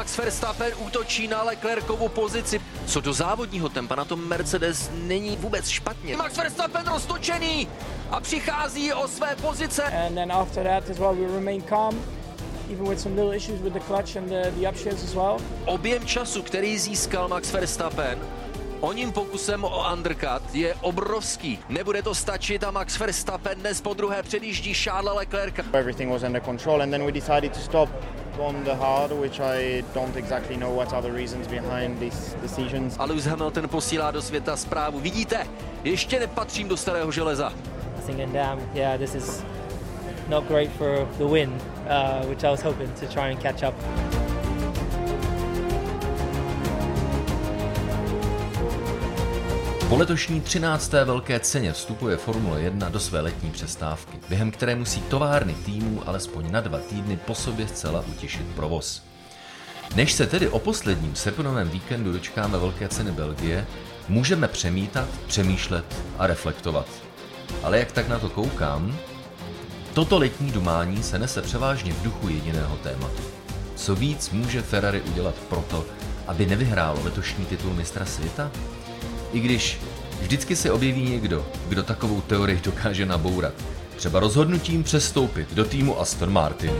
Max Verstappen útočí na Leclercovu pozici. Co do závodního tempa, na tom Mercedes není vůbec špatně. Max Verstappen roztočený a přichází o své pozice. And then after that as well we remain calm, even with some little issues with the clutch and the upshifts as well. Objem času, který získal Max Verstappen oním pokusem o undercut, je obrovský. Nebude to stačit a Max Verstappen dnes podruhé předjíždí Charlesa Leclerca. Everything was under control and then we decided to stop on the hard, which I don't exactly know what are the reasons behind these decisions. A Lewis Hamilton posílá do světa zprávu. Vidíte, ještě nepatřím do starého železa. Thinking, damn, yeah, this is not great for the win, which I was hoping to try and catch up. Po letošní 13. velké ceně vstupuje Formule 1 do své letní přestávky, během které musí továrny týmů alespoň na 2 týdny po sobě zcela utěšit provoz. Než se tedy o posledním srpnovém víkendu dočkáme velké ceny Belgie, můžeme přemítat, přemýšlet a reflektovat. Ale jak tak na to koukám, toto letní dumání se nese převážně v duchu jediného tématu. Co víc může Ferrari udělat proto, aby nevyhrálo letošní titul mistra světa? I když vždycky se objeví někdo, kdo takovou teorii dokáže nabourat. Třeba rozhodnutím přestoupit do týmu Aston Martin.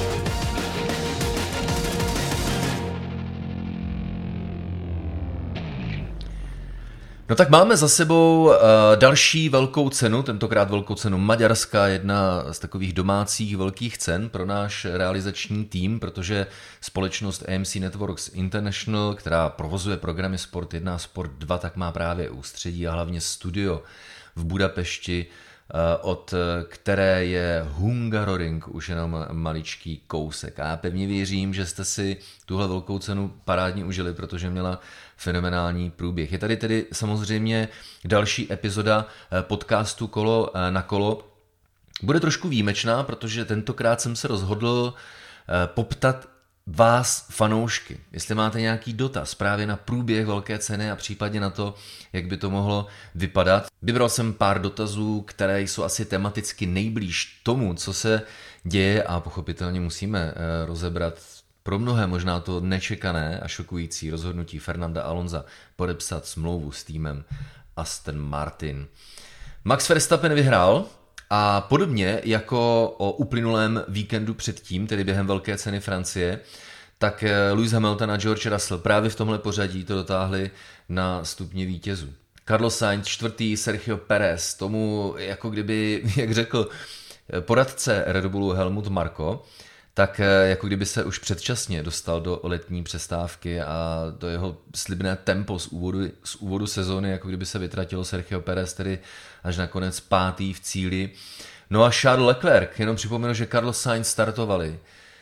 No tak máme za sebou další velkou cenu, tentokrát velkou cenu Maďarska, jedna z takových domácích velkých cen pro náš realizační tým, protože společnost AMC Networks International, která provozuje programy Sport 1 a Sport 2, tak má právě ústředí a hlavně studio v Budapešti, od které je Hungaroring už jenom maličký kousek. A já pevně věřím, že jste si tuhle velkou cenu parádně užili, protože měla fenomenální průběh. Je tady tedy samozřejmě další epizoda podcastu Kolo na kolo. Bude trošku výjimečná, protože tentokrát jsem se rozhodl poptat vás, fanoušky, jestli máte nějaký dotaz právě na průběh velké ceny a případně na to, jak by to mohlo vypadat. Vybral jsem pár dotazů, které jsou asi tematicky nejblíž tomu, co se děje a pochopitelně musíme rozebrat pro mnohé možná to nečekané a šokující rozhodnutí Fernanda Alonsa podepsat smlouvu s týmem Aston Martin. Max Verstappen vyhrál a podobně jako o uplynulém víkendu předtím, tedy během velké ceny Francie, tak Lewis Hamilton a George Russell právě v tomhle pořadí to dotáhli na stupně vítězů. Carlos Sainz čtvrtý, Sergio Perez, tomu jako kdyby, jak řekl poradce Red Bullu Helmut Marko, tak jako kdyby se už předčasně dostal do letní přestávky a do jeho slibné tempo z úvodu sezóny, jako kdyby se vytratilo Sergio Perez, tedy až nakonec 5. v cíli. No a Charles Leclerc, jenom připomenu, že Carlos Sainz startovali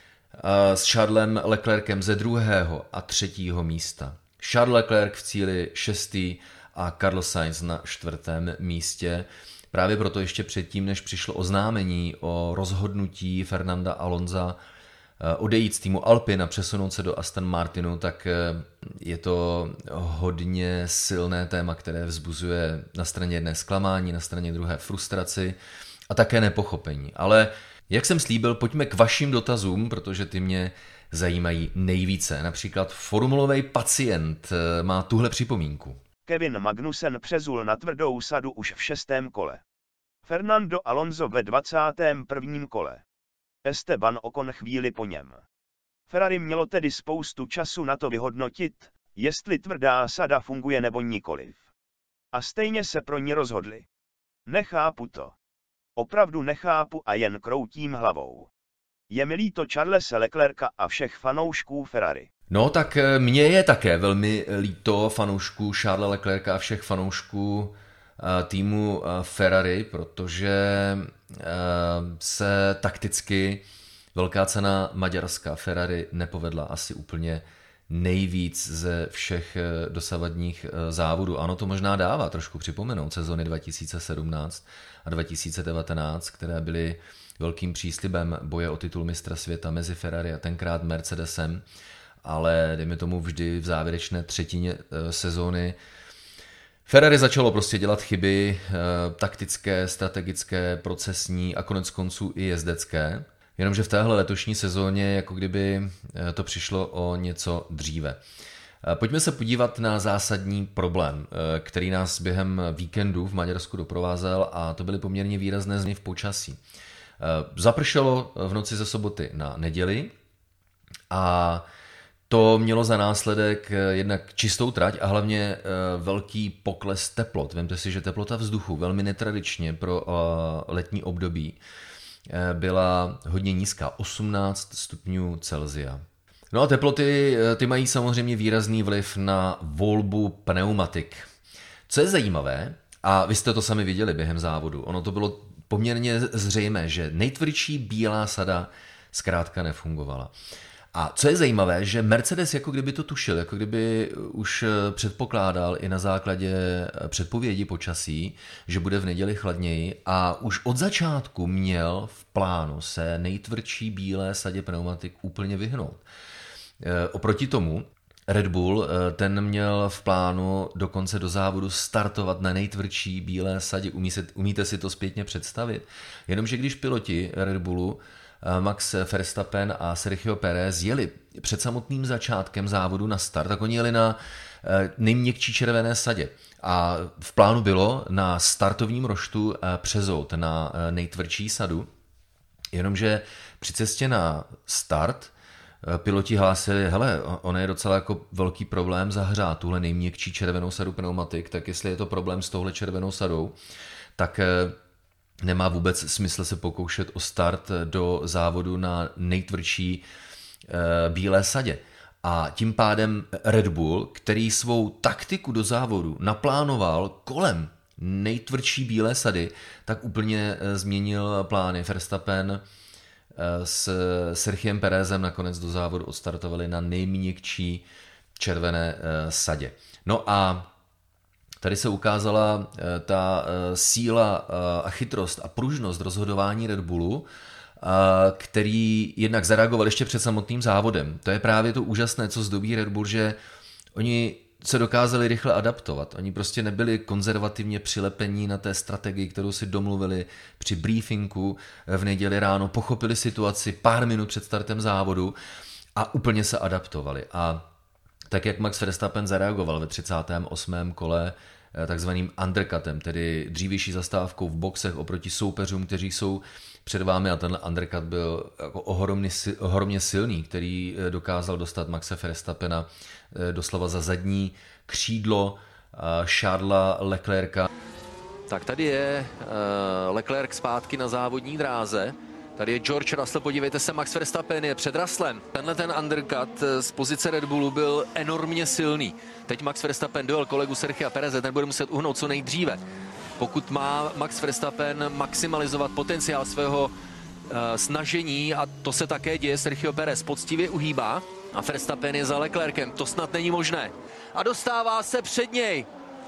s Charlesem Leclercem ze 2. a 3. místa. Charles Leclerc v cíli 6. a Carlos Sainz na 4. místě. Právě proto ještě předtím, než přišlo oznámení o rozhodnutí Fernanda Alonsa odejít z týmu Alpine a přesunout se do Aston Martinu, tak je to hodně silné téma, které vzbuzuje na straně jedné zklamání, na straně druhé frustraci a také nepochopení. Ale jak jsem slíbil, pojďme k vašim dotazům, protože ty mě zajímají nejvíce. Například formulový pacient má tuhle připomínku. Kevin Magnussen přezul na tvrdou sadu už v 6. kole. Fernando Alonso ve 21. kole. Esteban Ocon chvíli po něm. Ferrari mělo tedy spoustu času na to vyhodnotit, jestli tvrdá sada funguje nebo nikoliv. A stejně se pro ní rozhodli. Nechápu to. Opravdu nechápu a jen kroutím hlavou. Je mi líto Charlese Leclerca a všech fanoušků Ferrari. No tak mně je také velmi líto fanoušků Charlesa Leclerca a všech fanoušků týmu Ferrari, protože se takticky velká cena Maďarska Ferrari nepovedla asi úplně nejvíc ze všech dosavadních závodů. Ano, to možná dává trošku připomenout sezony 2017 a 2019, které byly velkým příslibem boje o titul mistra světa mezi Ferrari a tenkrát Mercedesem, ale dejme tomu vždy v závěrečné třetině sezóny Ferrari začalo prostě dělat chyby taktické, strategické, procesní a konec konců i jezdecké. Jenomže v téhle letošní sezóně jako kdyby to přišlo o něco dříve. Pojďme se podívat na zásadní problém, který nás během víkendu v Maďarsku doprovázel, a to byly poměrně výrazné změny v počasí. Zapršelo v noci ze soboty na neděli a to mělo za následek jednak čistou trať a hlavně velký pokles teplot. Vemte si, že teplota vzduchu velmi netradičně pro letní období byla hodně nízká, 18 stupňů Celsia. No a teploty ty mají samozřejmě výrazný vliv na volbu pneumatik. Co je zajímavé, a vy jste to sami viděli během závodu, ono to bylo poměrně zřejmé, že nejtvrdší bílá sada zkrátka nefungovala. A co je zajímavé, že Mercedes jako kdyby to tušil, jako kdyby už předpokládal i na základě předpovědi počasí, že bude v neděli chladněji, a už od začátku měl v plánu se nejtvrdší bílé sadě pneumatik úplně vyhnout. Oproti tomu Red Bull ten měl v plánu dokonce do závodu startovat na nejtvrdší bílé sadě. Umíte si to zpětně představit? Jenomže když piloti Red Bullu Max Verstappen a Sergio Pérez jeli před samotným začátkem závodu na start, tak oni jeli na nejměkčí červené sadě. A v plánu bylo na startovním roštu přezout na nejtvrdší sadu, jenomže při cestě na start piloti hlásili, hele, ono je docela jako velký problém zahřát tuhle nejměkčí červenou sadu pneumatik, tak jestli je to problém s touhle červenou sadou, tak nemá vůbec smysl se pokoušet o start do závodu na nejtvrdší bílé sadě. A tím pádem Red Bull, který svou taktiku do závodu naplánoval kolem nejtvrdší bílé sady, tak úplně změnil plány. Verstappen s Sergiem Pérezem nakonec do závodu odstartovali na nejměkčí červené sadě. No a tady se ukázala ta síla a chytrost a pružnost rozhodování Red Bullu, který jednak zareagoval ještě před samotným závodem. To je právě to úžasné, co zdobí Red Bull, že oni se dokázali rychle adaptovat. Oni prostě nebyli konzervativně přilepení na té strategii, kterou si domluvili při briefingu v neděli ráno, pochopili situaci pár minut před startem závodu a úplně se adaptovali. A tak jak Max Verstappen zareagoval ve 38. kole takzvaným undercutem, tedy dřívější zastávkou v boxech oproti soupeřům, kteří jsou před vámi, a tenhle undercut byl jako ohromně silný, který dokázal dostat Maxe Verstappena doslova za zadní křídlo Charlesa Leclerca. Tak tady je Leclerc zpátky na závodní dráze. Tady je George Russell, podívejte se, Max Verstappen je před Russellem. Tenhle ten undercut z pozice Red Bullu byl enormně silný. Teď Max Verstappen dojel kolegu Sergia Péreze, ten bude muset uhnout co nejdříve. Pokud má Max Verstappen maximalizovat potenciál svého snažení, a to se také děje, Sergio Pérez poctivě uhýbá a Verstappen je za Leclercem, to snad není možné. A dostává se před něj.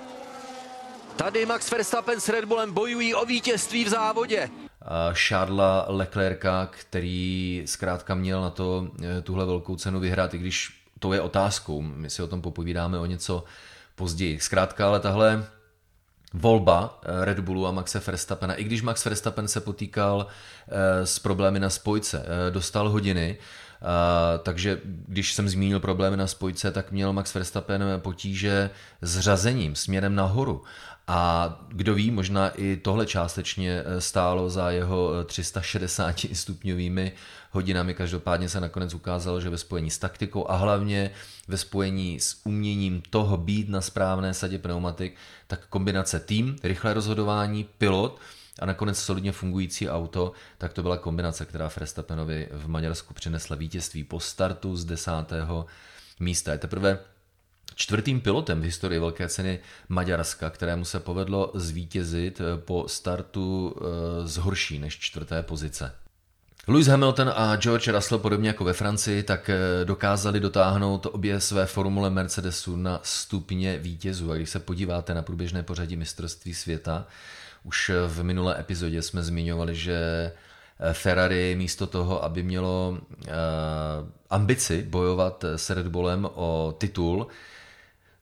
Tady Max Verstappen s Red Bullem bojují o vítězství v závodě. Charlesa Leclerca, který zkrátka měl na to tuhle velkou cenu vyhrát, i když to je otázkou, my si o tom popovídáme o něco později. Zkrátka, ale tahle volba Red Bullu a Maxe Verstappena, i když Max Verstappen se potýkal s problémy na spojce, dostal hodiny, takže když jsem zmínil problémy na spojce, tak měl Max Verstappen potíže s řazením směrem nahoru. A kdo ví, možná i tohle částečně stálo za jeho 360 stupňovými hodinami. Každopádně se nakonec ukázalo, že ve spojení s taktikou a hlavně ve spojení s uměním toho být na správné sadě pneumatik, tak kombinace tým, rychlé rozhodování, pilot a nakonec solidně fungující auto, tak to byla kombinace, která Verstappenovi v Maďarsku přinesla vítězství po startu z 10. místa. Je teprve čtvrtým pilotem v historii Velké ceny Maďarska, kterému se povedlo zvítězit po startu z horší než 4. pozice. Lewis Hamilton a George Russell, podobně jako ve Francii, tak dokázali dotáhnout obě své formule Mercedesu na stupně vítězů. A když se podíváte na průběžné pořadí mistrovství světa, už v minulé epizodě jsme zmiňovali, že Ferrari místo toho, aby mělo ambici bojovat s Red Bullem o titul,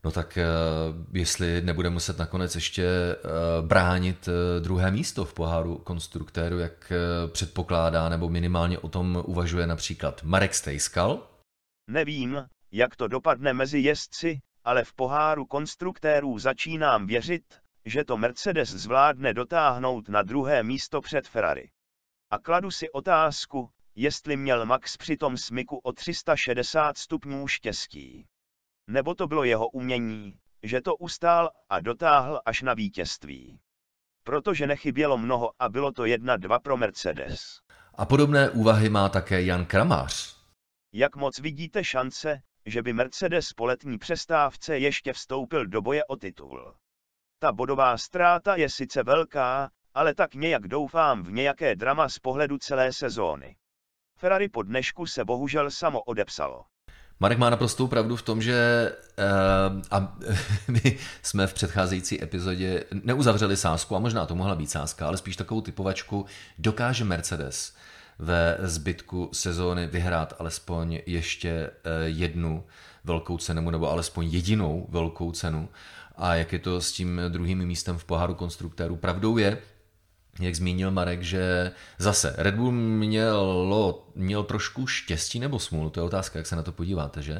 No tak jestli nebude muset nakonec ještě bránit druhé místo v poháru konstruktéru, jak předpokládá, nebo minimálně o tom uvažuje například Marek Stejskal? Nevím, jak to dopadne mezi jezdci, ale v poháru konstruktérů začínám věřit, že to Mercedes zvládne dotáhnout na druhé místo před Ferrari. A kladu si otázku, jestli měl Max při tom smyku o 360 stupňů štěstí. Nebo to bylo jeho umění, že to ustál a dotáhl až na vítězství. Protože nechybělo mnoho a bylo to 1-2 pro Mercedes. A podobné úvahy má také Jan Kramář. Jak moc vidíte šance, že by Mercedes po letní přestávce ještě vstoupil do boje o titul? Ta bodová ztráta je sice velká, ale tak nějak doufám v nějaké drama z pohledu celé sezóny. Ferrari po dnešku se bohužel samo odepsalo. Marek má naprostou pravdu v tom, že a my jsme v předcházející epizodě neuzavřeli sázku, a možná to mohla být sázka, ale spíš takovou typovačku, dokáže Mercedes ve zbytku sezóny vyhrát alespoň ještě jednu velkou cenu, nebo alespoň jedinou velkou cenu. A jak je to s tím druhým místem v poháru konstruktérů? Pravdou je, jak zmínil Marek, že zase Red Bull měl trošku štěstí nebo smůlu, to je otázka, jak se na to podíváte, že?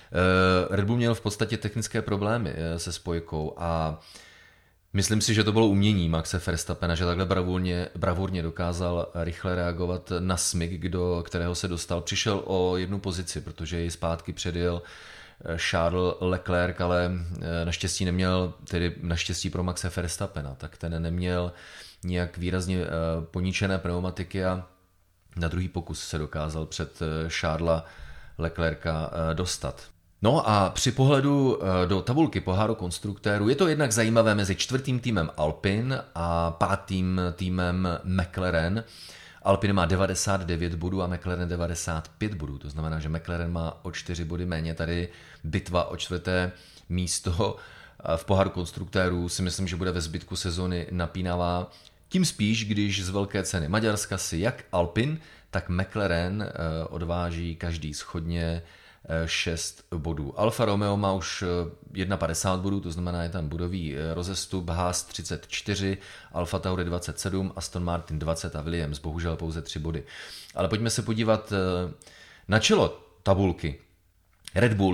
Red Bull měl v podstatě technické problémy se spojkou a myslím si, že to bylo umění Maxe Verstappena, že takhle bravurně dokázal rychle reagovat na smyk, do kterého se dostal. Přišel o jednu pozici, protože jej zpátky předjel Charles Leclerc, ale naštěstí neměl, tedy naštěstí pro Maxe Verstappena, tak ten neměl nějak výrazně poničené pneumatiky a na druhý pokus se dokázal před Charlesa Leclerca dostat. No a při pohledu do tabulky poháru konstruktérů je to jednak zajímavé mezi čtvrtým týmem Alpine a pátým týmem McLaren. Alpine má 99 bodů a McLaren 95 bodů, to znamená, že McLaren má o 4 body méně. Tady bitva o čtvrté místo v poháru konstruktérů si myslím, že bude ve zbytku sezony napínavá. Tím spíš, když z velké ceny Maďarska si jak Alpine, tak McLaren odváží každý shodně 6 bodů. Alfa Romeo má už 51 bodů, to znamená, je tam bodový rozestup, Haas 34, Alfa Tauri 27, Aston Martin 20 a Williams bohužel pouze 3 body. Ale pojďme se podívat na čelo tabulky. Red Bull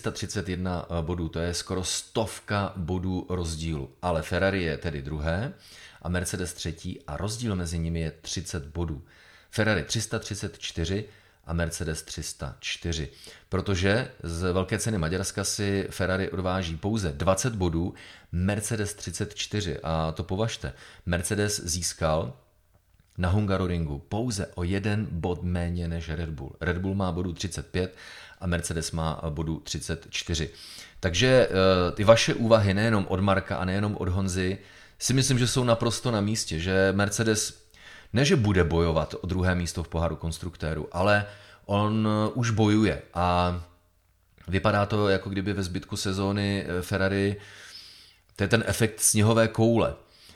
431 bodů, to je skoro 100 bodů rozdílu, ale Ferrari je tedy druhé a Mercedes třetí a rozdíl mezi nimi je 30 bodů. Ferrari 334 a Mercedes 304. Protože z velké ceny Maďarska si Ferrari odváží pouze 20 bodů, Mercedes 34. A to považte, Mercedes získal na Hungaroringu pouze o 1 bod méně než Red Bull. Red Bull má bodů 35 a Mercedes má bodů 34. Takže ty vaše úvahy nejenom od Marka a nejenom od Honzy si myslím, že jsou naprosto na místě, že Mercedes ne, že bude bojovat o druhé místo v poháru konstruktéru, ale on už bojuje a vypadá to, jako kdyby ve zbytku sezóny Ferrari, to je ten efekt sněhové koule,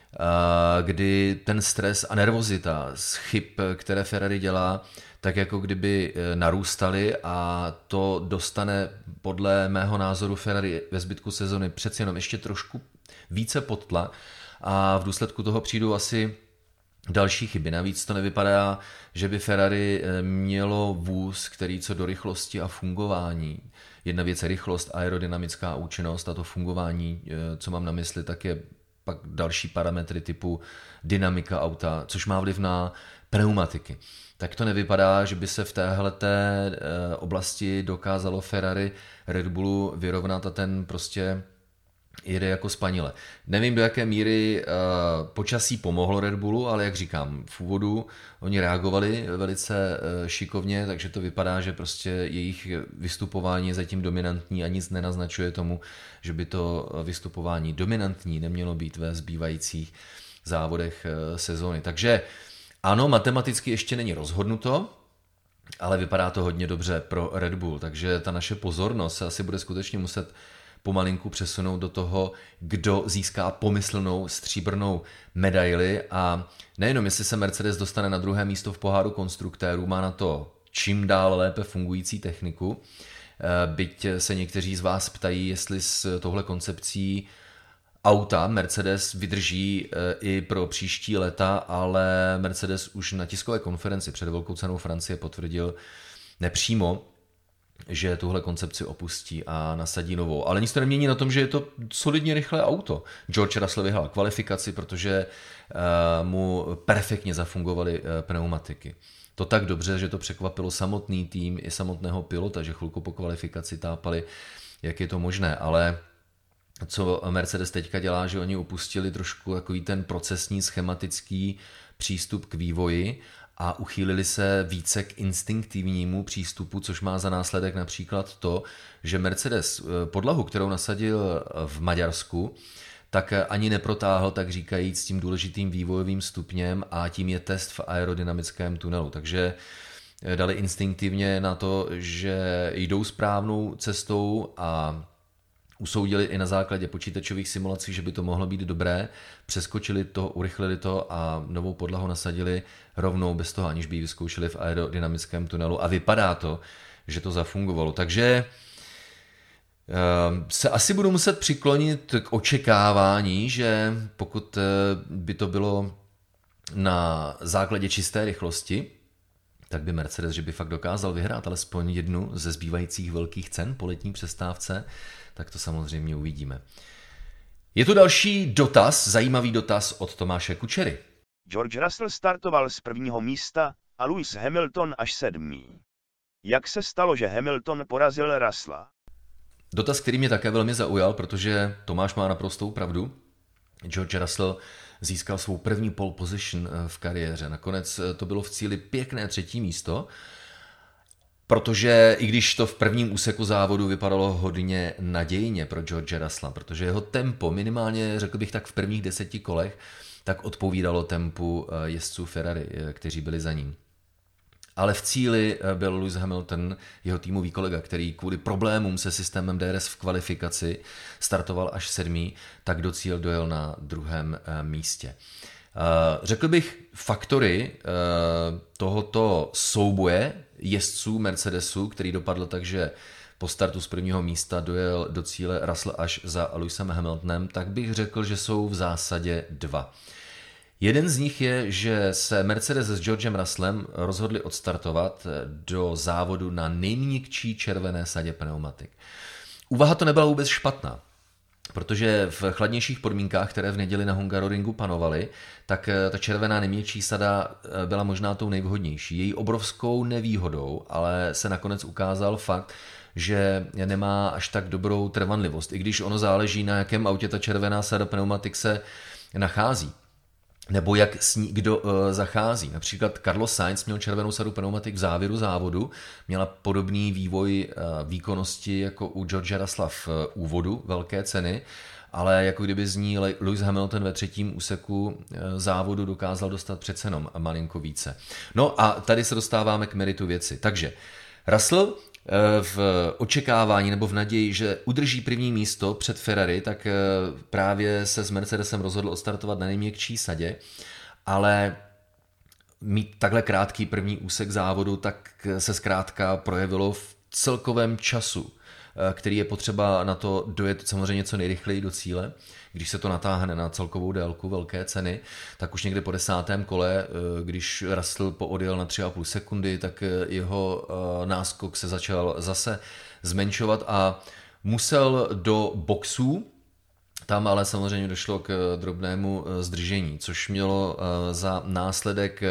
kdy ten stres a nervozita z chyb, které Ferrari dělá, tak jako kdyby narůstaly a to dostane podle mého názoru Ferrari ve zbytku sezóny přeci jenom ještě trošku více pod tlak a v důsledku toho přijdou asi další chyby. Navíc to nevypadá, že by Ferrari mělo vůz, který co do rychlosti a fungování. Jedna věc je rychlost, aerodynamická účinnost a to fungování, co mám na mysli, tak je pak další parametry typu dynamika auta, což má vliv na pneumatiky. Tak to nevypadá, že by se v téhleté oblasti dokázalo Ferrari Red Bullu vyrovnat a ten prostě jede jako spanile. Nevím, do jaké míry počasí pomohlo Red Bullu, ale jak říkám, v úvodu oni reagovali velice šikovně, takže to vypadá, že prostě jejich vystupování je zatím dominantní a nic nenaznačuje tomu, že by to vystupování dominantní nemělo být ve zbývajících závodech sezóny. Takže ano, matematicky ještě není rozhodnuto, ale vypadá to hodně dobře pro Red Bull, takže ta naše pozornost se asi bude skutečně muset pomalinku přesunout do toho, kdo získá pomyslnou stříbrnou medaili a nejenom jestli se Mercedes dostane na druhé místo v poháru konstruktérů, má na to čím dál lépe fungující techniku, byť se někteří z vás ptají, jestli s touhle koncepcí auta Mercedes vydrží i pro příští léta, ale Mercedes už na tiskové konferenci před Velkou cenou Francie potvrdil nepřímo, že tuhle koncepci opustí a nasadí novou. Ale nic to nemění na tom, že je to solidně rychlé auto. George Russell vyhrál kvalifikaci, protože mu perfektně zafungovaly pneumatiky. To tak dobře, že to překvapilo samotný tým i samotného pilota, že chvilku po kvalifikaci tápali, jak je to možné. Ale co Mercedes teďka dělá, že oni opustili trošku takový ten procesní, schematický přístup k vývoji a uchýlili se více k instinktivnímu přístupu, což má za následek například to, že Mercedes podlahu, kterou nasadil v Maďarsku, tak ani neprotáhl, tak říkajíc, tím důležitým vývojovým stupněm a tím je test v aerodynamickém tunelu. Takže dali instinktivně na to, že jdou správnou cestou a usoudili i na základě počítačových simulací, že by to mohlo být dobré, přeskočili to, urychlili to a novou podlahu nasadili rovnou bez toho, aniž by ji vyzkoušeli v aerodynamickém tunelu a vypadá to, že to zafungovalo. Takže se asi budu muset přiklonit k očekávání, že pokud by to bylo na základě čisté rychlosti, tak by Mercedes, že by fakt dokázal vyhrát alespoň jednu ze zbývajících velkých cen po letní přestávce, tak to samozřejmě uvidíme. Je tu další dotaz, zajímavý dotaz od Tomáše Kučery. George Russell startoval z 1. místa a Lewis Hamilton až 7. Jak se stalo, že Hamilton porazil Russella? Dotaz, který mě také velmi zaujal, protože Tomáš má naprostou pravdu. George Russell získal svou první pole position v kariéře. Nakonec to bylo v cíli pěkné 3. místo, protože i když to v prvním úseku závodu vypadalo hodně nadějně pro George Russella, protože jeho tempo, minimálně řekl bych tak v prvních 10 kolech, tak odpovídalo tempu jezdců Ferrari, kteří byli za ním. Ale v cíli byl Lewis Hamilton, jeho týmový kolega, který kvůli problémům se systémem DRS v kvalifikaci startoval až 7., tak do cíl dojel na 2. místě. Řekl bych faktory tohoto souboje jezdců Mercedesu, který dopadl tak, že po startu z 1. místa dojel do cíle Russell až za Lewisem Hamiltonem, tak bych řekl, že jsou v zásadě 2. Jeden z nich je, že se Mercedes s Georgem Russellem rozhodli odstartovat do závodu na nejměkčí červené sadě pneumatik. Úvaha to nebyla vůbec špatná, protože v chladnějších podmínkách, které v neděli na Hungaroringu panovaly, tak ta červená nejměkčí sada byla možná tou nejvhodnější. Její obrovskou nevýhodou, ale se nakonec ukázal fakt, že nemá až tak dobrou trvanlivost, i když ono záleží, na jakém autě ta červená sada pneumatik se nachází. Nebo jak s ní kdo zachází. Například Carlos Sainz měl červenou sadu pneumatik v závěru závodu, měla podobný vývoj výkonnosti jako u George Russella v úvodu velké ceny, ale jako kdyby z ní Lewis Hamilton ve 3. úseku závodu dokázal dostat přece jenom malinko více. No a tady se dostáváme k meritu věci. Takže Russell v očekávání nebo v naději, že udrží 1. místo před Ferrari, tak právě se s Mercedesem rozhodl odstartovat na nejměkčí sadě, ale mít takhle krátký 1. úsek závodu, tak se zkrátka projevilo v celkovém času, který je potřeba na to dojet samozřejmě co nejrychleji do cíle. Když se to natáhne na celkovou délku velké ceny, tak už někde po 10. kole, když Russell poodjel na 3,5 sekundy, tak jeho náskok se začal zase zmenšovat a musel do boxů. Tam ale samozřejmě došlo k drobnému zdržení, což mělo za následek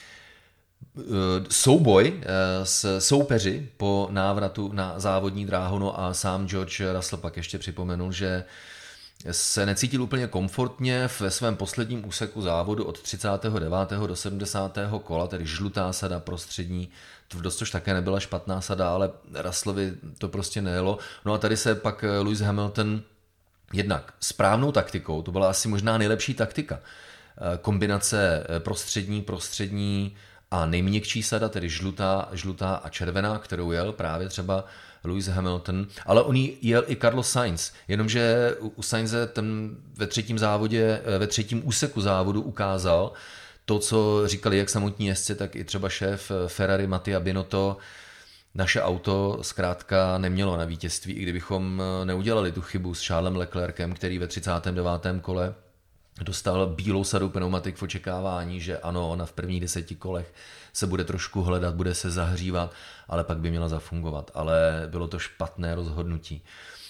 souboj s soupeři po návratu na závodní dráhu, no a sám George Russell pak ještě připomenul, že se necítil úplně komfortně ve svém posledním úseku závodu od 39. do 70. kola, tedy žlutá sada prostřední tvrdost, což také nebyla špatná sada, ale Russellovi to prostě nejelo. No a tady se pak Lewis Hamilton jednak správnou taktikou, to byla asi možná nejlepší taktika, kombinace prostřední a nejměkčí sada, tedy žlutá a červená, kterou jel právě třeba Lewis Hamilton, ale on jel i Carlos Sainz, jenomže u Sainze ten ve 3. úseku závodu ukázal to, co říkali jak samotní jezdci, tak i třeba šéf Ferrari Mattia Binotto, naše auto zkrátka nemělo na vítězství, i kdybychom neudělali tu chybu s Charlesem Leclercem, který ve 39. kole dostal bílou sadu pneumatik v očekávání, že ano, ona v prvních 10 kolech se bude trošku hledat, bude se zahřívat, ale pak by měla zafungovat. Ale bylo to špatné rozhodnutí.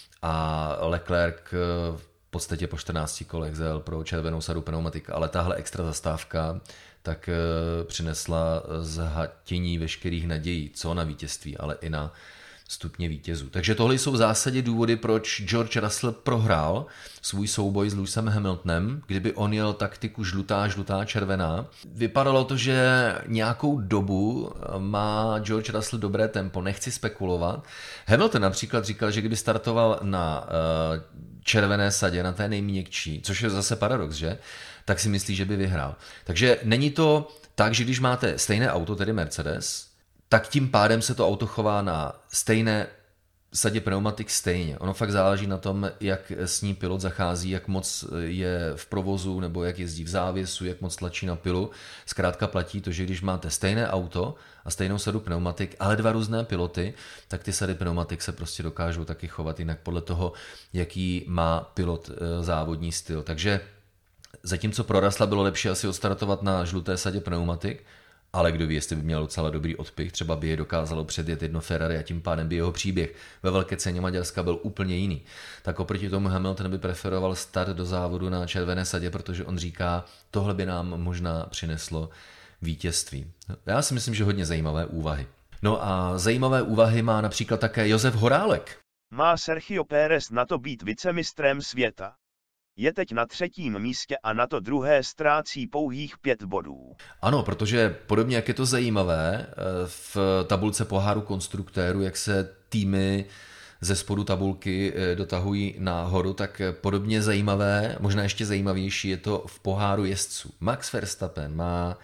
A Leclerc v podstatě po 14 kolech zjel pro červenou sadu pneumatik, ale tahle extra zastávka tak přinesla zhatění veškerých nadějí, co na vítězství, ale i na stupně vítězů. Takže tohle jsou v zásadě důvody, proč George Russell prohrál svůj souboj s Lewisem Hamiltonem. Kdyby on jel taktiku žlutá, červená. Vypadalo to, že nějakou dobu má George Russell dobré tempo, nechci spekulovat. Hamilton například říkal, že kdyby startoval na červené sadě, na té nejměkčí, což je zase paradox, že? Tak si myslí, že by vyhrál. Takže není to tak, že když máte stejné auto, tedy Mercedes, tak tím pádem se to auto chová na stejné sadě pneumatik stejně. Ono fakt záleží na tom, jak s ní pilot zachází, jak moc je v provozu nebo jak jezdí v závěsu, jak moc tlačí na pilu. Zkrátka platí to, že když máte stejné auto a stejnou sadu pneumatik, ale dva různé piloty, tak ty sady pneumatik se prostě dokážou taky chovat jinak podle toho, jaký má pilot závodní styl. Takže zatímco pro Russella bylo lepší asi odstartovat na žluté sadě pneumatik, ale kdo ví, jestli by měl docela dobrý odpich, třeba by je dokázalo předjet jedno Ferrari a tím pádem by jeho příběh ve velké ceně Maďarska byl úplně jiný. Tak oproti tomu Hamilton by preferoval start do závodu na červené sadě, protože on říká, tohle by nám možná přineslo vítězství. Já si myslím, že hodně zajímavé úvahy. No a zajímavé úvahy má například také Josef Horálek. Má Sergio Pérez na to být vicemistrem světa? Je teď na 3. místě a na to druhé ztrácí pouhých 5 bodů. Ano, protože podobně jak je to zajímavé v tabulce poháru konstruktérů, jak se týmy ze spodu tabulky dotahují nahoru, tak podobně zajímavé, možná ještě zajímavější je to v poháru jezdců. Max Verstappen má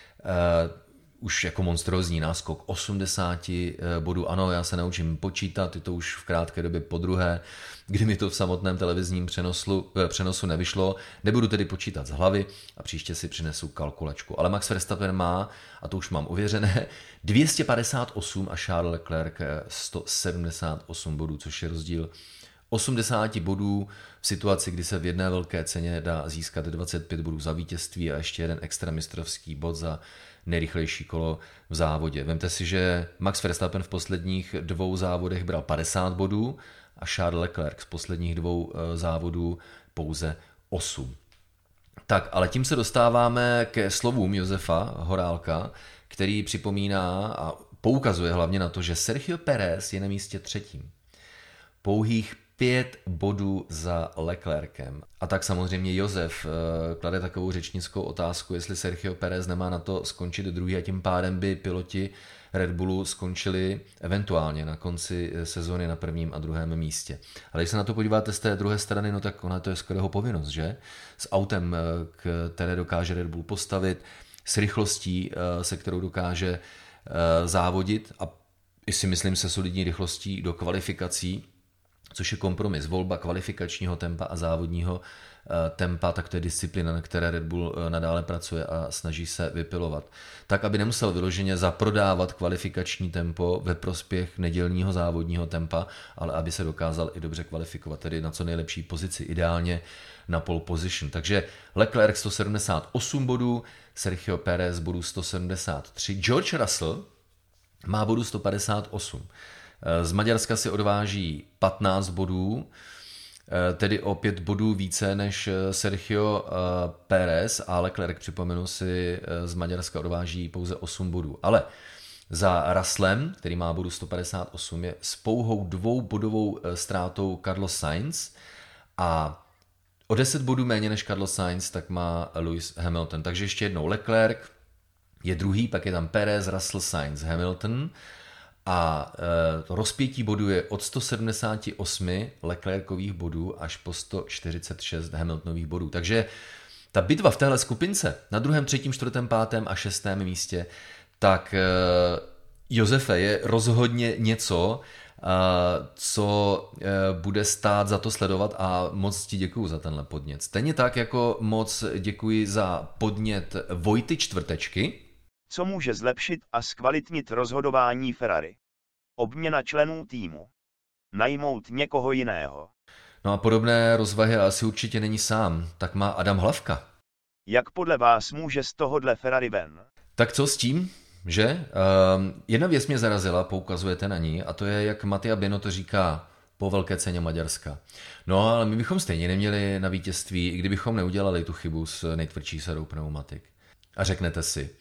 už jako monstrózní náskok 80 bodů. Ano, já se naučím počítat, je to už v krátké době podruhé, kdy mi to v samotném televizním přenosu nevyšlo. Nebudu tedy počítat z hlavy a příště si přinesu kalkulačku. Ale Max Verstappen má, a to už mám ověřené, 258 a Charles Leclerc 178 bodů, což je rozdíl 80 bodů v situaci, kdy se v jedné velké ceně dá získat 25 bodů za vítězství a ještě jeden extra mistrovský bod za nejrychlejší kolo v závodě. Vemte si, že Max Verstappen v posledních 2 závodech bral 50 bodů a Charles Leclerc z posledních 2 závodů pouze 8. Tak, ale tím se dostáváme ke slovům Josefa Horálka, který připomíná a poukazuje hlavně na to, že Sergio Pérez je na místě 3. Pouhých 5 bodů za Leclercem. A tak samozřejmě Josef klade takovou řečnickou otázku, jestli Sergio Pérez nemá na to skončit 2. a tím pádem by piloti Red Bullu skončili eventuálně na konci sezóny na 1. a 2. místě. Ale když se na to podíváte z té druhé strany, no tak ona to je skoro jeho povinnost, že? S autem, které dokáže Red Bull postavit, s rychlostí, se kterou dokáže závodit a i si myslím se solidní rychlostí do kvalifikací, což je kompromis, volba kvalifikačního tempa a závodního tempa, tak to je disciplína, na které Red Bull nadále pracuje a snaží se vypilovat. Tak, aby nemusel vyloženě zaprodávat kvalifikační tempo ve prospěch nedělního závodního tempa, ale aby se dokázal i dobře kvalifikovat, tedy na co nejlepší pozici, ideálně na pole position. Takže Leclerc 178 bodů, Sergio Pérez bodů 173, George Russell má bodů 158. Z Maďarska si odváží 15 bodů, tedy o 5 bodů více než Sergio Pérez a Leclerc, připomenu si, z Maďarska odváží pouze 8 bodů. Ale za Russellem, který má bodu 158, je s pouhou 2bodovou ztrátou Carlos Sainz a o 10 bodů méně než Carlos Sainz tak má Lewis Hamilton. Takže ještě jednou Leclerc je 2., pak je tam Pérez, Russell, Sainz, Hamilton. A rozpětí bodů je od 178 Leclercových bodů až po 146 Hamiltonových bodů. Takže ta bitva v téhle skupince na 2., 3., 4., 5. a 6. místě, tak Josefe, je rozhodně něco, co bude stát za to sledovat a moc ti děkuju za tenhle podnět. Stejně tak, jako moc děkuji za podnět Vojty Čtvrtečky, co může zlepšit a zkvalitnit rozhodování Ferrari. Obměna členů týmu. Najmout někoho jiného. No a podobné rozvahy asi určitě není sám, tak má Adam Hlavka. Jak podle vás může z tohohle Ferrari ven? Tak co s tím, že? Jedna věc mě zarazila, poukazujete na ní, a to je, jak Mattia Binotto říká po velké ceně Maďarska. No, ale my bychom stejně neměli na vítězství, i kdybychom neudělali tu chybu s nejtvrdší sadou pneumatik. A řeknete si,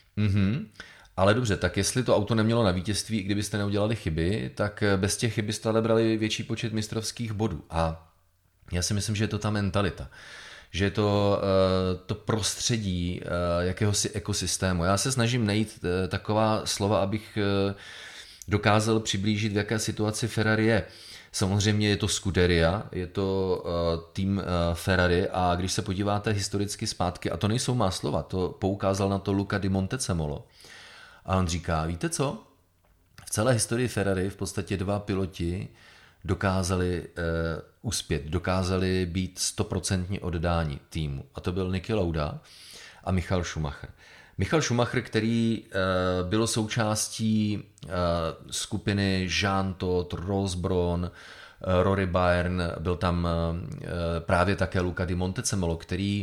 ale dobře, tak jestli to auto nemělo na vítězství, i kdybyste neudělali chyby, tak bez těch chyb byste ale brali větší počet mistrovských bodů. A já si myslím, že je to ta mentalita. Že je to prostředí jakéhosi ekosystému. Já se snažím najít taková slova, abych dokázal přiblížit, v jaké situaci Ferrari je. Samozřejmě je to Scuderia, je to tým Ferrari a když se podíváte historicky zpátky, a to nejsou má slova, to poukázal na to Luca di Montezemolo. A on říká, víte co? V celé historii Ferrari v podstatě 2 piloti dokázali uspět, dokázali být 100% oddáni týmu. A to byl Niki Lauda a Michael Schumacher. Michael Schumacher, který byl součástí skupiny Jean Todt, Ross Brawn, Rory Byrne, byl tam právě také Luca di Montezemolo, který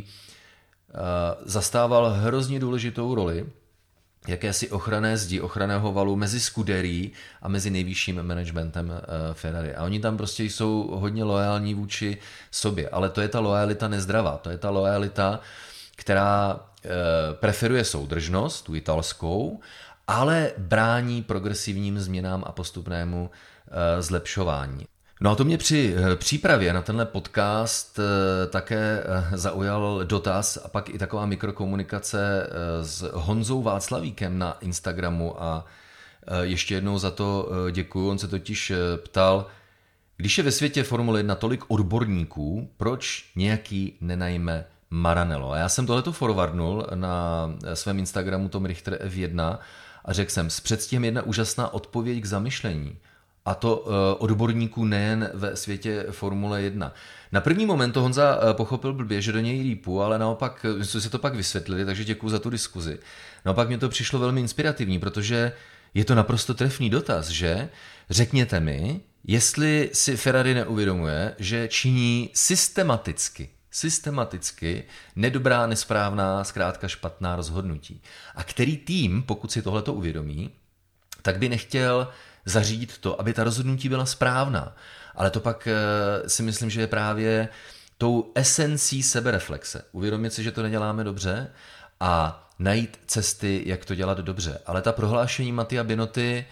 zastával hrozně důležitou roli jakési ochranné zdi, ochranného valu mezi Scuderií a mezi nejvyšším managementem Ferrari. A oni tam prostě jsou hodně loajální vůči sobě, ale to je ta loajalita nezdravá, to je ta loajalita, která preferuje soudržnost, tu italskou, ale brání progresivním změnám a postupnému zlepšování. No a to mě při přípravě na tenhle podcast také zaujal dotaz a pak i taková mikrokomunikace s Honzou Václavíkem na Instagramu a ještě jednou za to děkuju. On se totiž ptal, když je ve světě Formule 1 tolik odborníků, proč nějaký nenajme Maranello? A já jsem tohleto forwardnul na svém Instagramu Tom Richter F1 a řekl jsem, s předstihem jedna úžasná odpověď k zamyšlení. A to odborníků nejen ve světě Formule 1. Na první moment to Honza pochopil blbě, že do něj rýpu, ale naopak jsme si to pak vysvětlili, takže děkuju za tu diskuzi. Naopak mě to přišlo velmi inspirativní, protože je to naprosto trefný dotaz, že? Řekněte mi, jestli si Ferrari neuvědomuje, že činí systematicky nedobrá, nesprávná, zkrátka špatná rozhodnutí. A který tým, pokud si tohleto uvědomí, tak by nechtěl zařídit to, aby ta rozhodnutí byla správná. Ale to pak si myslím, že je právě tou esencí sebereflexe. Uvědomit si, že to neděláme dobře a najít cesty, jak to dělat dobře. Ale ta prohlášení Mattia Binotty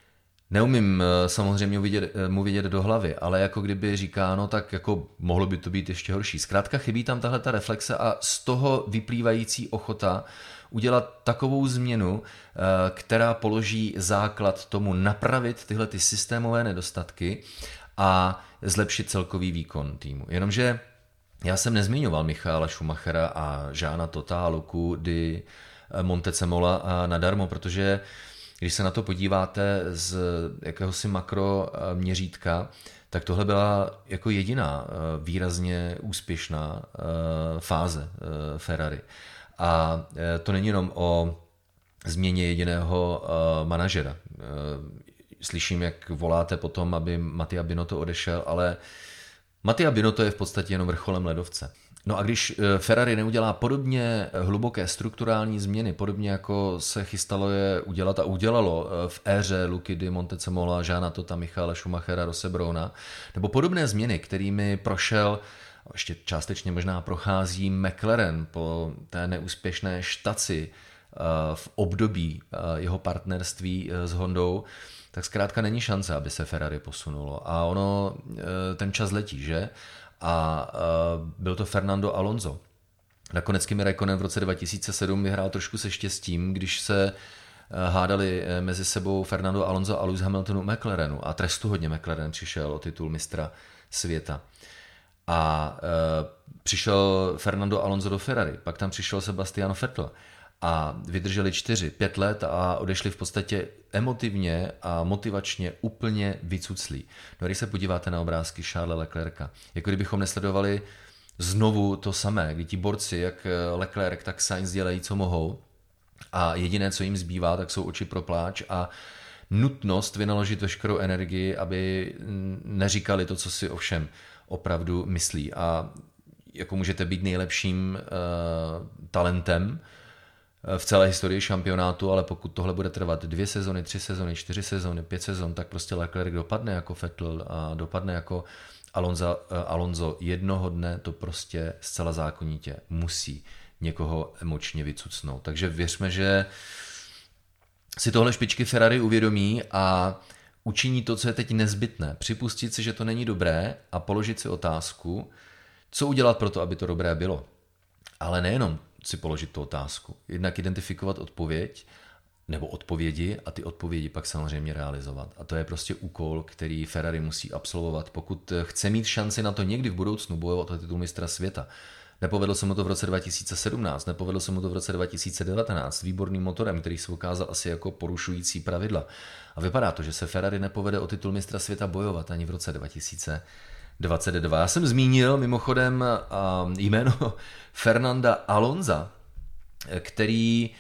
neumím samozřejmě mu vidět do hlavy, ale jako kdyby říká, no tak jako mohlo by to být ještě horší. Zkrátka chybí tam tahle ta reflexe a z toho vyplývající ochota udělat takovou změnu, která položí základ tomu napravit tyhle ty systémové nedostatky a zlepšit celkový výkon týmu. Jenomže já jsem nezmiňoval Michaela Schumachera a Jeana Todta a Lucu di Montezemola nadarmo, protože když se na to podíváte z jakéhosi makro měřítka, tak tohle byla jako jediná výrazně úspěšná fáze Ferrari. A to není jenom o změně jediného manažera. Slyším, jak voláte potom, aby Mattia Binotto odešel, ale Mattia Binotto je v podstatě jenom vrcholem ledovce. No a když Ferrari neudělá podobně hluboké strukturální změny, podobně jako se chystalo je udělat a udělalo v éře Lucy di Montezemola, Jeana Todta, Michaela Schumachera, Rosse Browna, nebo podobné změny, kterými prošel, ještě částečně možná prochází McLaren po té neúspěšné štaci v období jeho partnerství s Hondou, tak zkrátka není šance, aby se Ferrari posunulo. A ono, ten čas letí, že? A byl to Fernando Alonso. Nakonec Kimi Räikkönen v roce 2007 vyhrál trošku se štěstím, když se hádali mezi sebou Fernando Alonso a Lewis Hamilton u McLarenu a trestuhodně McLaren přišel o titul mistra světa. A přišel Fernando Alonso do Ferrari, pak tam přišel Sebastian Vettel a vydrželi 4-5 let a odešli v podstatě emotivně a motivačně úplně vycuclí. No a když se podíváte na obrázky Charlesa Leclerca, jako kdybychom nesledovali znovu to samé, kdy ti borci, jak Leclerc, tak Sainz dělají, co mohou a jediné, co jim zbývá, tak jsou oči pro pláč a nutnost vynaložit veškerou energii, aby neříkali to, co si ovšem opravdu myslí. A jako můžete být nejlepším talentem v celé historii šampionátu, ale pokud tohle bude trvat 2 sezony, 3 sezony, 4 sezony, 5 sezon, tak prostě Leclerc dopadne jako Vettel a dopadne jako Alonso. Jednoho dne to prostě zcela zákonitě musí někoho emočně vycucnout. Takže věřme, že si tohle špičky Ferrari uvědomí a učiní to, co je teď nezbytné. Připustit si, že to není dobré a položit si otázku, co udělat pro to, aby to dobré bylo. Ale nejenom si položit tu otázku. Jednak identifikovat odpověď nebo odpovědi a ty odpovědi pak samozřejmě realizovat. A to je prostě úkol, který Ferrari musí absolvovat, pokud chce mít šanci na to někdy v budoucnu bojovat o titul mistra světa. Nepovedlo se mu to v roce 2017, nepovedlo se mu to v roce 2019 výborným motorem, který se ukázal asi jako porušující pravidla. A vypadá to, že se Ferrari nepovede o titul mistra světa bojovat ani v roce 2022. Já jsem zmínil mimochodem jméno Fernanda Alonsa, který,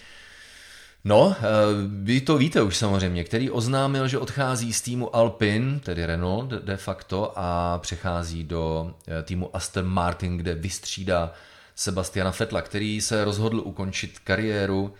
vy to víte už samozřejmě, který oznámil, že odchází z týmu Alpine, tedy Renault de facto, a přechází do týmu Aston Martin, kde vystřídá Sebastiana Vettela, který se rozhodl ukončit kariéru.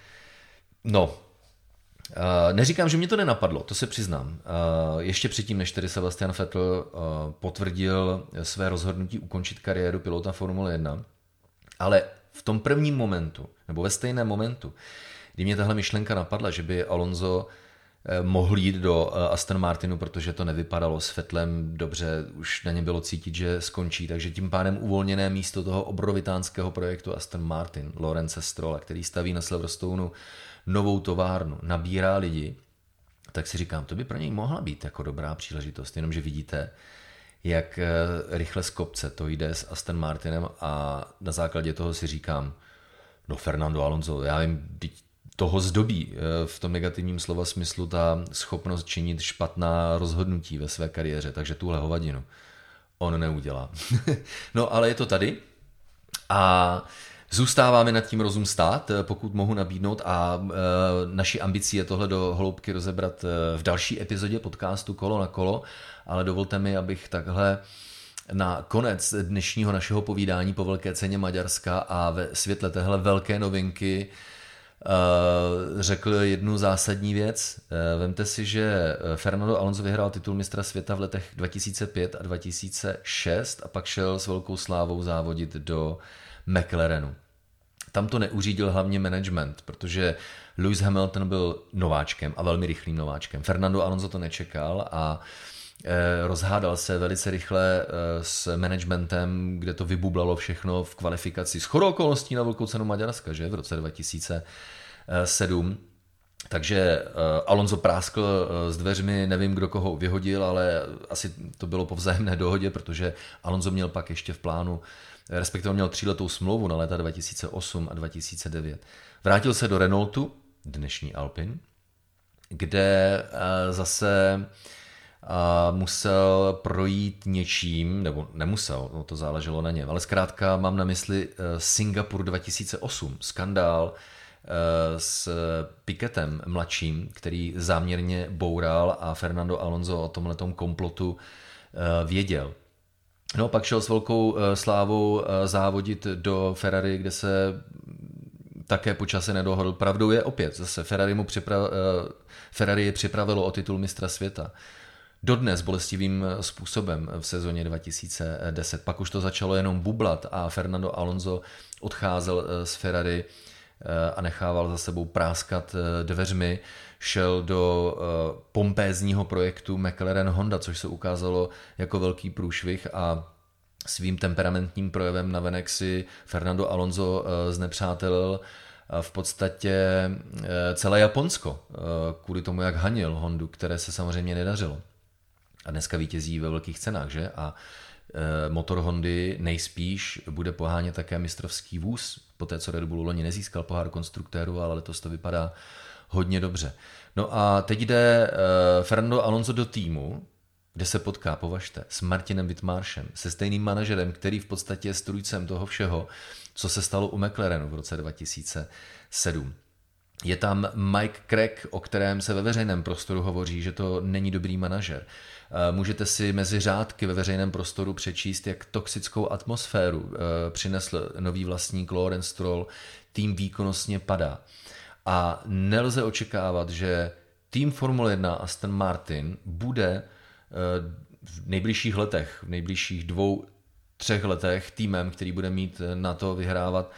Neříkám, že mě to nenapadlo, to se přiznám. Ještě předtím, než tedy Sebastian Vettel potvrdil své rozhodnutí ukončit kariéru pilota Formule 1, ale v tom prvním momentu, nebo ve stejném momentu, kdy mě tahle myšlenka napadla, že by Alonso mohl jít do Aston Martinu, protože to nevypadalo s Vettelem dobře, už na něm bylo cítit, že skončí, takže tím pádem uvolněné místo toho obrovitánského projektu Aston Martin, Lawrence Strolla, který staví na Silverstoneu novou továrnu, nabírá lidi, tak si říkám, to by pro něj mohla být jako dobrá příležitost, jenomže vidíte, jak rychle z kopce to jde s Aston Martinem a na základě toho si říkám, Fernando Alonso, já vím, toho zdobí v tom negativním slova smyslu ta schopnost činit špatná rozhodnutí ve své kariéře, takže tuhle hovadinu on neudělá. Ale je to tady a zůstáváme nad tím rozum stát, pokud mohu nabídnout, a naší ambicí je tohle do hloubky rozebrat v další epizodě podcastu Kolo na kolo, ale dovolte mi, abych takhle na konec dnešního našeho povídání po velké ceně Maďarska a ve světle téhle velké novinky řekl jednu zásadní věc. Vemte si, že Fernando Alonso vyhrál titul mistra světa v letech 2005 a 2006 a pak šel s velkou slávou závodit do McLarenu. Tam to neuřídil hlavně management, protože Lewis Hamilton byl nováčkem a velmi rychlým nováčkem. Fernando Alonso to nečekal a rozhádal se velice rychle s managementem, kde to vybublalo všechno v kvalifikaci. Shodou okolností na velkou cenu Maďarska, že v roce 2007. Takže Alonso práskl s dveřmi, nevím, kdo koho vyhodil, ale asi to bylo po vzájemné dohodě, protože Alonso měl pak ještě v plánu, respektive měl 3letou smlouvu na léta 2008 a 2009. Vrátil se do Renaultu, dnešní Alpine, kde zase musel projít něčím, nebo nemusel, to záleželo na něm, ale zkrátka mám na mysli Singapur 2008, skandál s Piquetem mladším, který záměrně boural a Fernando Alonso o tomhletom komplotu věděl. Pak šel s velkou slávou závodit do Ferrari, kde se také po čase nedohodl. Pravdou je opět, zase Ferrari je připravilo o titul mistra světa. Dodnes bolestivým způsobem v sezóně 2010. Pak už to začalo jenom bublat a Fernando Alonso odcházel z Ferrari a nechával za sebou práskat dveřmi. Šel do pompézního projektu McLaren Honda, což se ukázalo jako velký průšvih a svým temperamentním projevem navenek si Fernando Alonso znepřátelil v podstatě celé Japonsko kvůli tomu, jak hanil Hondu, které se samozřejmě nedařilo. A dneska vítězí ve velkých cenách, že? A motor Hondy nejspíš bude pohánět také mistrovský vůz, poté co Red Bull loni nezískal pohár konstruktérů, ale letos to vypadá hodně dobře. A teď jde Fernando Alonso do týmu, kde se potká, považte, s Martinem Whitmaršem, se stejným manažerem, který v podstatě je strůjcem toho všeho, co se stalo u McLarenu v roce 2007. Je tam Mike Crack, o kterém se ve veřejném prostoru hovoří, že to není dobrý manažer. Můžete si mezi řádky ve veřejném prostoru přečíst, jak toxickou atmosféru přinesl nový vlastník Lawrence Stroll, tým výkonnostně padá. A nelze očekávat, že tým Formule 1 Aston Martin bude v nejbližších letech, v nejbližších 2-3 letech týmem, který bude mít na to vyhrávat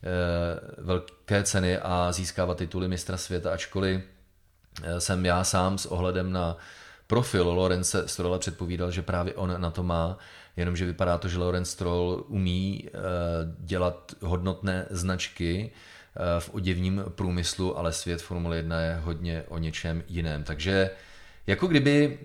velké ceny a získávat tituly mistra světa, ačkoliv jsem já sám s ohledem na profil Lawrence Strolla předpovídal, že právě on na to má, jenomže vypadá to, že Lawrence Stroll umí dělat hodnotné značky v oděvním průmyslu, ale svět Formule 1 je hodně o něčem jiném. Takže jako kdyby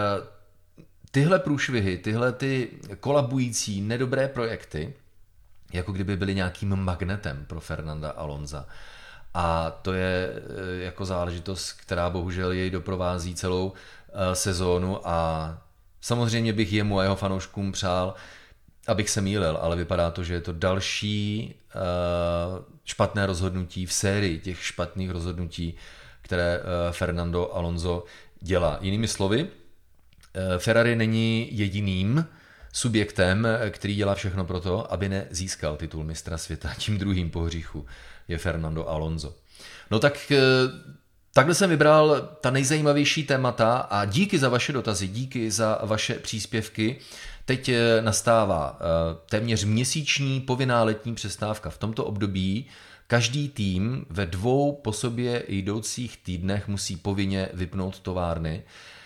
tyhle průšvihy, tyhle ty kolabující nedobré projekty, jako kdyby byly nějakým magnetem pro Fernanda Alonsa. A to je jako záležitost, která bohužel jej doprovází celou sezónu a samozřejmě bych jemu a jeho fanouškům přál, abych se mýlil, ale vypadá to, že je to další špatné rozhodnutí v sérii těch špatných rozhodnutí, které Fernando Alonso dělá. Jinými slovy, Ferrari není jediným subjektem, který dělá všechno pro to, aby nezískal titul mistra světa. Tím druhým po hříchu je Fernando Alonso. No tak takhle jsem vybral ta nejzajímavější témata a díky za vaše dotazy, díky za vaše příspěvky. Teď nastává téměř měsíční povinná letní přestávka. V tomto období každý tým ve 2 po sobě jdoucích týdnech musí povinně vypnout továrny.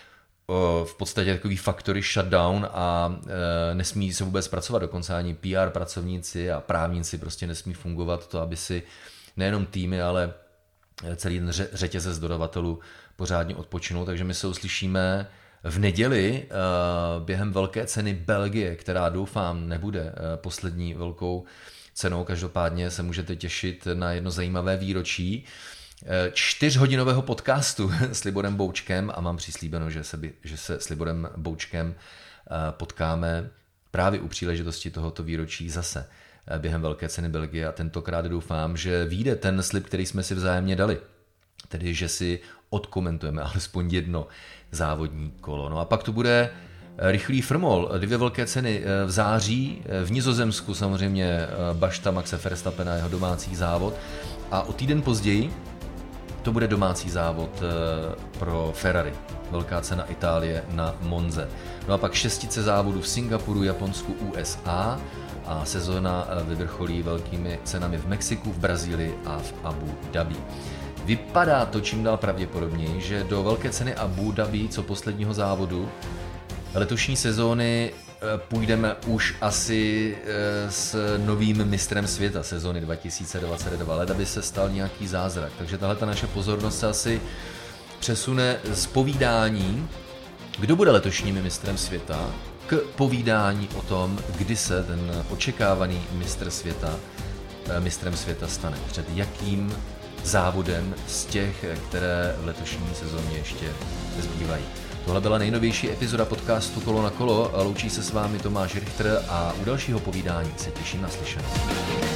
V podstatě takový factory shutdown a nesmí se vůbec pracovat, dokonce ani PR pracovníci a právníci prostě nesmí fungovat to, aby si nejenom týmy, ale celý ten řetězec dodavatelů pořádně odpočinul, takže my se uslyšíme v neděli během velké ceny Belgie, která doufám nebude poslední velkou cenou, každopádně se můžete těšit na jedno zajímavé výročí 4hodinového podcastu s Liborem Boučkem a mám přislíbeno, že se s Liborem Boučkem potkáme právě u příležitosti tohoto výročí zase během velké ceny Belgie a tentokrát doufám, že vyjde ten slib, který jsme si vzájemně dali, tedy že si odkomentujeme alespoň jedno závodní kolo. No a pak to bude rychlý frmol, 2 velké ceny v září, v Nizozemsku samozřejmě bašta Maxe Verstappena, jeho domácí závod a o týden později to bude domácí závod pro Ferrari. Velká cena Itálie na Monze. No a pak 6 závodů v Singapuru, Japonsku, USA a sezóna vyvrcholí velkými cenami v Mexiku, v Brazílii a v Abu Dhabi. Vypadá to čím dál pravděpodobněji, že do velké ceny Abu Dhabi, co posledního závodu letošní sezóny, půjdeme už asi s novým mistrem světa sezóny 2022, ale aby se stal nějaký zázrak. Takže tahle ta naše pozornost se asi přesune z povídání, kdo bude letošním mistrem světa, k povídání o tom, kdy se ten očekávaný mistrem světa stane. Před jakým závodem z těch, které v letošní sezóně ještě zbývají. Tohle byla nejnovější epizoda podcastu Kolo na kolo. Loučí se s vámi Tomáš Richter a u dalšího povídání se těším na slyšenou.